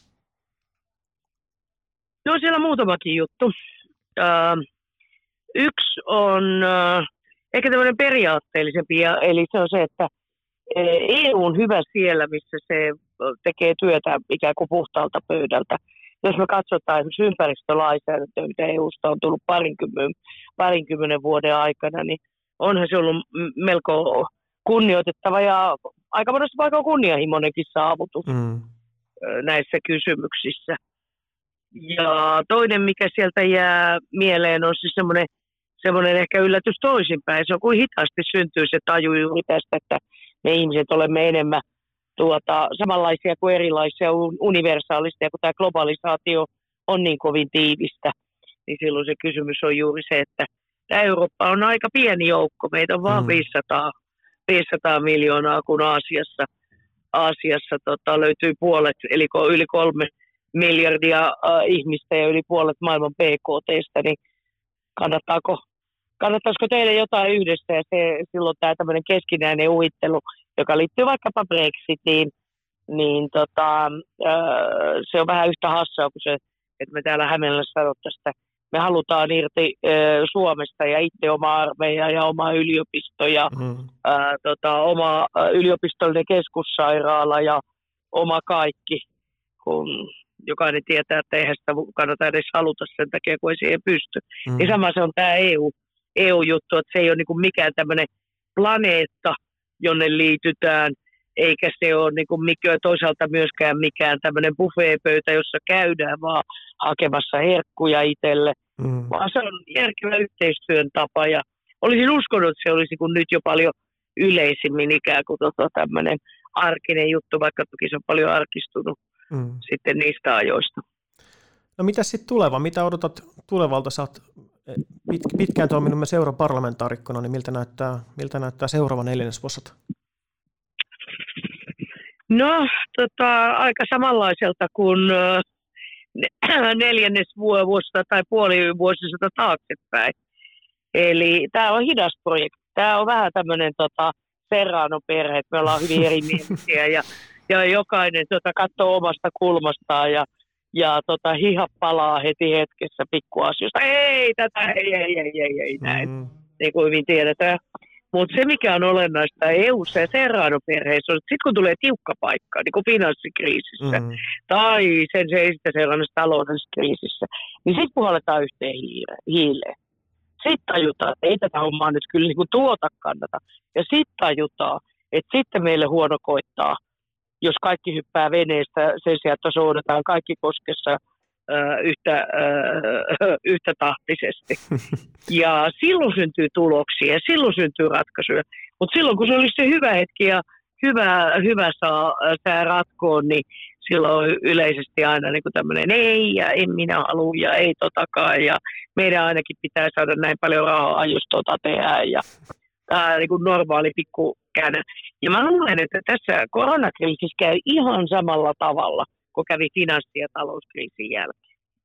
No siellä on muutamakin juttu. Äh, yksi on äh, ehkä tämmöinen periaatteellisempi, ja, eli se on se, että E U on hyvä siellä, missä se tekee työtä ikään kuin puhtaalta pöydältä. Jos me katsotaan esimerkiksi ympäristölainsäädäntöä, mitä E Usta on tullut parinkymmenen, parinkymmenen vuoden aikana, niin onhan se ollut melko kunnioitettava ja aika monessa paikassa kunnianhimoinenkin saavutus mm. näissä kysymyksissä. Ja toinen, mikä sieltä jää mieleen, on siis semmoinen, semmoinen ehkä yllätys toisinpäin. Se on kuin hitaasti syntyy se taju juuri tästä, että me ihmiset olemme enemmän tuota, samanlaisia kuin erilaisia, universaalisia, kun tämä globalisaatio on niin kovin tiivistä. Niin silloin se kysymys on juuri se, että tämä Eurooppa on aika pieni joukko. Meitä on vain mm. viisisataa miljoonaa, kun Aasiassa, Aasiassa tota, löytyy puolet, eli yli kolme miljardia äh, ihmistä ja yli puolet maailman B K T:stä, niin kannattaako, kannattaisiko teille jotain yhdessä? Ja se, silloin tämä tämmöinen keskinäinen uittelu, joka liittyy vaikkapa Brexitiin, niin tota, äh, se on vähän yhtä hassua kuin se, että me täällä Hämeenlässä sanottaisiin, että me halutaan irti äh, Suomesta ja itse oma armeija ja oma yliopisto ja mm. äh, tota, oma äh, yliopistollinen keskussairaala ja oma kaikki, kun jokainen tietää, että eihän sitä kannata edes haluta sen takia, kun ei siihen pysty. Mm. Ja sama se on tämä E U, E U-juttu, että se ei ole niinku mikään tämmöinen planeetta, jonne liitytään, eikä se ole niinku mikään, toisaalta myöskään mikään tämmöinen buffeepöytä, jossa käydään vaan hakemassa herkkuja itselle, mm. vaan se on järkevä yhteistyön tapa. Ja olisin uskonut, että se olisi kun nyt jo paljon yleisimmin ikään kuin tota, tämmöinen arkinen juttu, vaikka toki se on paljon arkistunut mm. sitten niistä ajoista. No mitä sitten tuleva? Mitä odotat tulevalta? Sä oot pitkään toiminut myös europarlamentaarikkona, niin miltä näyttää, miltä näyttää seuraava neljännesvuosisata? No, tota, aika samanlaiselta kuin neljännesvuosisata tai puolivuosisata taaksepäin. Eli tämä on hidas projekti. Tämä on vähän tämmöinen tota, Serrano-perhe, että me ollaan hyvin erimielisiä ja, ja jokainen tota, katsoo omasta kulmastaan ja Ja tota, hihat palaa heti hetkessä pikkuasioista. Ei, tätä, ei, ei, ei, ei, ei näin. Mm. Niin kuin hyvin tiedetään. Mutta se, mikä on olennaista E U:ssa ja Serrano-perheessä, on, että sitten kun tulee tiukka paikka, niin kuin finanssikriisissä, mm. tai sen se ei sitä sellaisessa taloudellisessa kriisissä, niin sitten puhalletaan yhteen hiileen. Sitten tajutaan, että ei tätä hommaa nyt kyllä niin kuin tuota kannata. Ja sitten tajutaan, että sitten meille huono koittaa, jos kaikki hyppää veneestä sen sijaan, että soudetaan kaikki koskessa äh, yhtä, äh, yhtä tahtisesti. Ja silloin syntyy tuloksia ja silloin syntyy ratkaisuja. Mutta silloin, kun se olisi se hyvä hetki ja hyvä, hyvä saa tämä ratkoon, niin silloin on yleisesti aina niin kuin tämmöinen ei ja en minä halua ja ei totakaan. Ja meidän ainakin pitää saada näin paljon rahaa, jos tota tehdään. Ja tämä on niin kuin normaali pikku käännä. Ja mä luulen, että tässä koronakriisissä käy ihan samalla tavalla, kun kävi finanssi- ja talouskriisin jälkeen.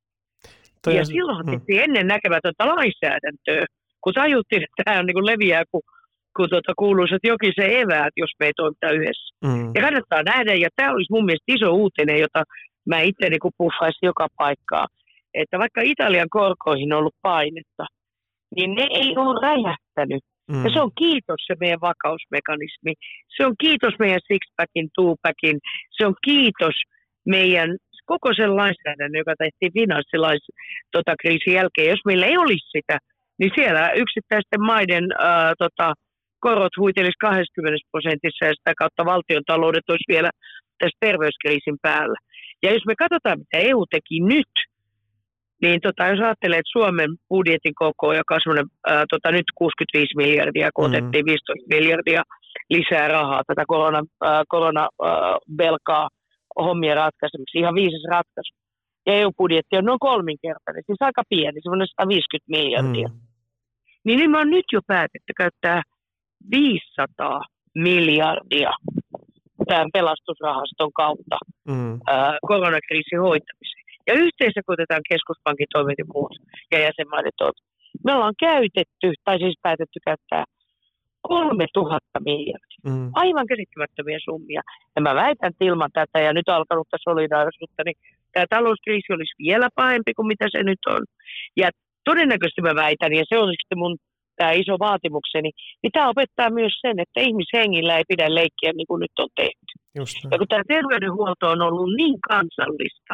Toi ja on... silloin hmm. tehtiin ennen näkemätöntä lainsäädäntöä, kun tajuttiin, että tämä on niin kuin leviää, kun, kun tuota kuuluisat Jokisen eväät, jos me ei toimita yhdessä. Hmm. Ja kannattaa nähdä, ja tämä olisi mun mielestä iso uutinen, jota mä itse niin puffaisin joka paikkaa, että vaikka Italian korkoihin on ollut painetta, niin ne ei ole räjähtänyt. Mm. Ja se on kiitos se meidän vakausmekanismi. Se on kiitos meidän six-packin, two-packin. Se on kiitos meidän koko sen lainsäädännön, joka tehtiin finanssikriisin jälkeen. Jos meillä ei olisi sitä, niin siellä yksittäisten maiden ää, tota, korot huitelisi kaksikymmentä prosentissa ja sitä kautta valtion taloudet olisi vielä tässä terveyskriisin päällä. Ja jos me katsotaan, mitä E U teki nyt, niin tota, jos ajattelee, että Suomen budjetin koko, joka on semmoinen, ää, tota, nyt kuusikymmentäviisi miljardia, kun mm-hmm. otettiin viisitoista miljardia lisää rahaa tätä korona, ää, koronabelkaa hommien ratkaisemiseksi, ihan viisas ratkaisu. Ja E U-budjetti on noin kolminkertainen, siis aika pieni, semmoinen sata viisikymmentä miljardia. Mm-hmm. Niin, niin me on nyt jo päätetty käyttää viisisataa miljardia tämän pelastusrahaston kautta mm-hmm. ää, koronakriisin hoitamiseen. Ja yhteensä kun otetaan keskuspankin toimet ja muut ja jäsenmaiden toimet. Me ollaan käytetty, tai siis päätetty käyttää kolmetuhatta miljardia. Mm. Aivan käsittämättömiä summia. Ja mä väitän, että ilman tätä ja nyt alkanutta solidaarisuutta, niin tämä talouskriisi olisi vielä pahempi kuin mitä se nyt on. Ja todennäköisesti mä väitän, ja se on sitten mun tämä iso vaatimukseni, niin tämä opettaa myös sen, että ihmishengillä ei pidä leikkiä niin kuin nyt on tehty. Ja kun tämä terveydenhuolto on ollut niin kansallista,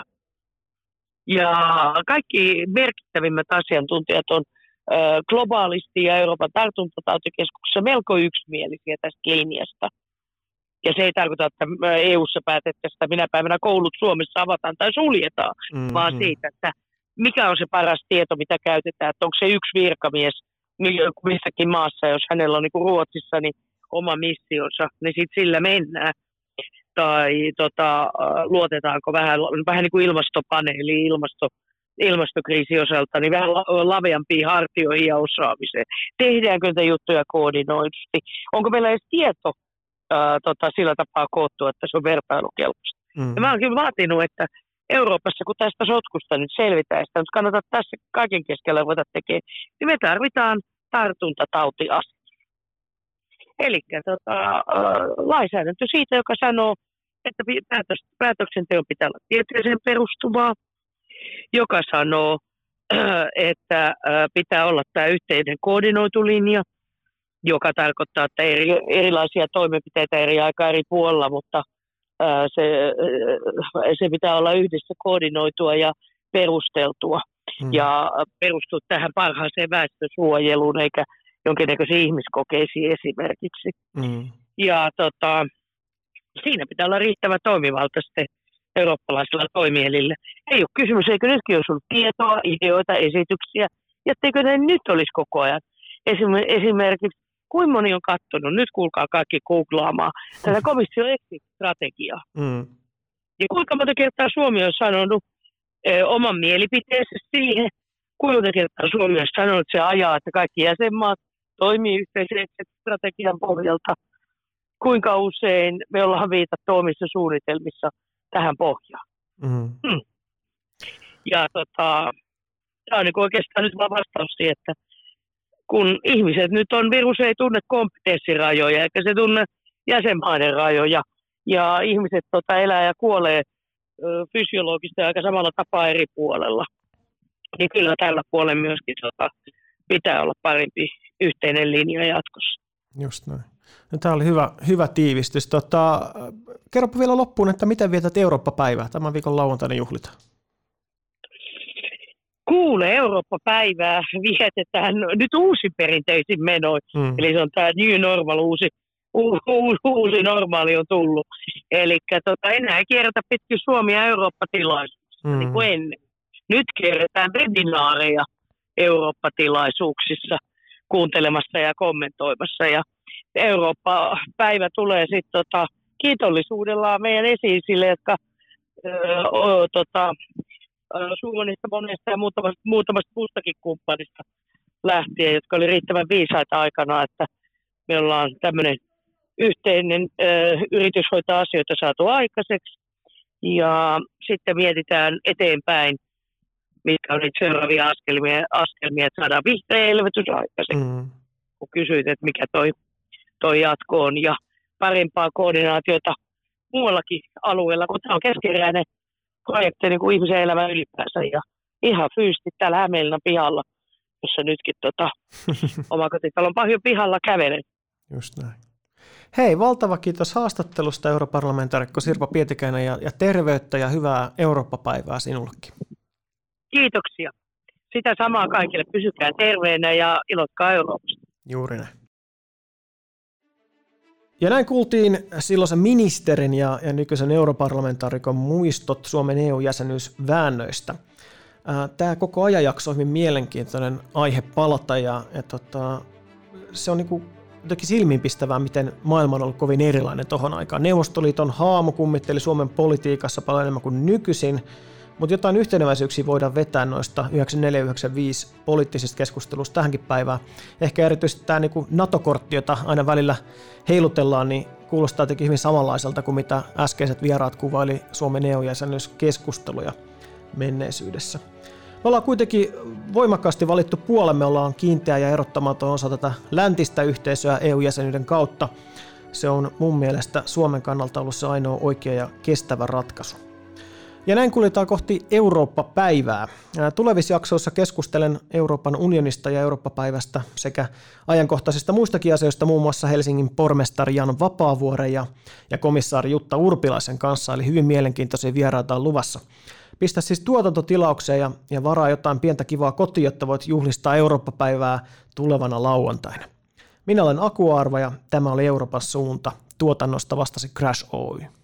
ja kaikki merkittävimmät asiantuntijat on ö, globaalisti ja Euroopan tartuntatautikeskuksessa melko yksimielisiä tästä linjasta. Ja se ei tarkoita, että E U:ssa päätettäisiin, että minä päivänä koulut Suomessa avataan tai suljetaan, mm-hmm. vaan siitä, että mikä on se paras tieto, mitä käytetään. Että onko se yksi virkamies missäkin maassa, jos hänellä on niin kuin Ruotsissa niin oma missionsa, niin sitten sillä mennään. Tai tota, luotetaanko vähän, vähän niin kuin ilmastopaneeliin, ilmasto, ilmastokriisin osalta, niin vähän laveampiin hartioihin ja osaamiseen. Tehdäänkö niitä juttuja koordinoidusti? Onko meillä edes tieto ää, tota, sillä tapaa koottua, että se on vertailukelpoista? Mm. Ja mä oon kyllä vaatinut, että Euroopassa, kun tästä sotkusta nyt selvitään, sitä nyt kannattaa tässä kaiken keskellä ruveta tekemään, niin me tarvitaan tartuntatautiasetus. Eli tota, lainsäädäntö siitä, joka sanoo, että päätös, päätöksenteon pitää olla tieteeseen perustuvaa, joka sanoo, että pitää olla tämä yhteinen koordinoitu linja, joka tarkoittaa, että eri, erilaisia toimenpiteitä eri aikaa eri puolella, mutta se, se pitää olla yhdessä koordinoitua ja perusteltua mm. ja perustua tähän parhaaseen väestönsuojeluun eikä jonkinnäköisiin ihmiskokeisiin esimerkiksi. Mm. Ja tota, siinä pitää olla riittävä toimivalta sitten eurooppalaisilla toimielillä. Ei ole kysymys, eikö nytkin olisi ollut tietoa, ideoita, esityksiä, ja etteikö ne nyt olisi koko ajan. Esimerkiksi, kuinka moni on katsonut, nyt kuulkaa kaikki googlaamaan, tätä komission exit-strategiaa. Mm. Ja kuinka monta kertaa Suomi on sanonut ö, oman mielipiteensä siihen, kuinka monta kertaa Suomi on sanonut, että se ajaa, että kaikki jäsenmaat toimii yhteisen exit-strategian pohjalta. Kuinka usein me ollaan viitattu omissa suunnitelmissa tähän pohjaan. Mm. Hmm. Ja tota, tämä on niin oikeastaan nyt vaan vastaus siihen, että kun ihmiset nyt on, virus ei tunne kompetenssirajoja, eikä se tunne jäsenmaiden rajoja, ja ihmiset tota, elää ja kuolee ö, fysiologista ja aika samalla tapaa eri puolella, niin kyllä tällä puolella myöskin tota, pitää olla parempi yhteinen linja jatkossa. Just näin. No, tämä oli hyvä, hyvä tiivistys. Tota, kerropa vielä loppuun, että miten vietät Eurooppa-päivää? Tämän viikon lauantaina juhlitaan. Kuule, Eurooppa-päivää vietetään nyt uusi perinteisin menoin. Mm. Eli se on tämä new normal, uusi, uusi, uusi normaali on tullut. Eli tota, enää ei kierrätä pitkin Suomi- ja Eurooppa-tilaisuuksissa, mm. niin kuin ennen. Nyt kierretään webinaareja Eurooppa-tilaisuuksissa kuuntelemassa ja kommentoimassa. Ja Eurooppa-päivä tulee sitten tota, kiitollisuudella meidän esiisille, jotka öö, o, tota, Suomesta, monesta ja muutamasta, muutamasta muustakin kumppanista lähtien, jotka oli riittävän viisaita aikana, että me ollaan tämmöinen yhteinen ö, yritys hoitaa asioita saatu aikaiseksi. Ja sitten mietitään eteenpäin mitkä on niitä seuraavia askelmia, askelmia että saadaan vihreä elvytys aikaisemmin. Mm. Kun kysyit, että mikä toi, toi jatko on ja parempaa koordinaatiota muuallakin alueella, kun tämä on keskeräinen projekti niin kuin ihmisen elämä ylipäänsä ja ihan fyysisesti täällä Hämeenlinnan pihalla, jossa nytkin tota, omakotitalon pihalla kävelen. Just näin. Hei, valtava kiitos haastattelusta europarlamentaarikko Sirpa Pietikäinen ja, ja terveyttä ja hyvää Eurooppa-päivää sinullekin. Kiitoksia. Sitä samaa kaikille. Pysykää terveenä ja ilotkaa Euroopasta. Juuri näin. Ja näin kuultiin silloisen ministerin ja, ja nykyisen europarlamentaarikon muistot Suomen E U-jäsenyysväännöistä. Tämä koko ajanjakso on hyvin mielenkiintoinen aihe palata ja, ja tota, se on niinku jotenkin silmiinpistävää, miten maailma on ollut kovin erilainen tohon aikaan. Neuvostoliiton haamu kummitteli Suomen politiikassa paljon enemmän kuin nykyisin, mutta jotain yhteneväisyyksiä voidaan vetää noista yhdeksänkymmentäneljä yhdeksänkymmentäviisi poliittisista keskustelusta tähänkin päivään. Ehkä erityisesti tämä niin NATO-kortti, jota aina välillä heilutellaan, niin kuulostaa jotenkin hyvin samanlaiselta kuin mitä äskeiset vieraat kuvaili Suomen E U-jäsenyyskeskusteluja menneisyydessä. Me ollaan kuitenkin voimakkaasti valittu puolemme, ollaan kiinteä ja erottamaton osa tätä läntistä yhteisöä E U-jäsenyyden kautta. Se on mun mielestä Suomen kannalta ollut se ainoa oikea ja kestävä ratkaisu. Ja näin kuljetaan kohti Eurooppa-päivää. Tulevissa jaksoissa keskustelen Euroopan unionista ja Eurooppa-päivästä sekä ajankohtaisista muistakin asioista, muun muassa Helsingin pormestari Jan Vapaavuoren ja, ja komissaari Jutta Urpilaisen kanssa, eli hyvin mielenkiintoisia vieraita on luvassa. Pistä siis tuotantotilaukseen ja, ja varaa jotain pientä kivaa kotiin, jotta voit juhlistaa Eurooppa-päivää tulevana lauantaina. Minä olen Aku Aarva ja tämä oli Euroopan suunta. Tuotannosta vastasi Crash Oy.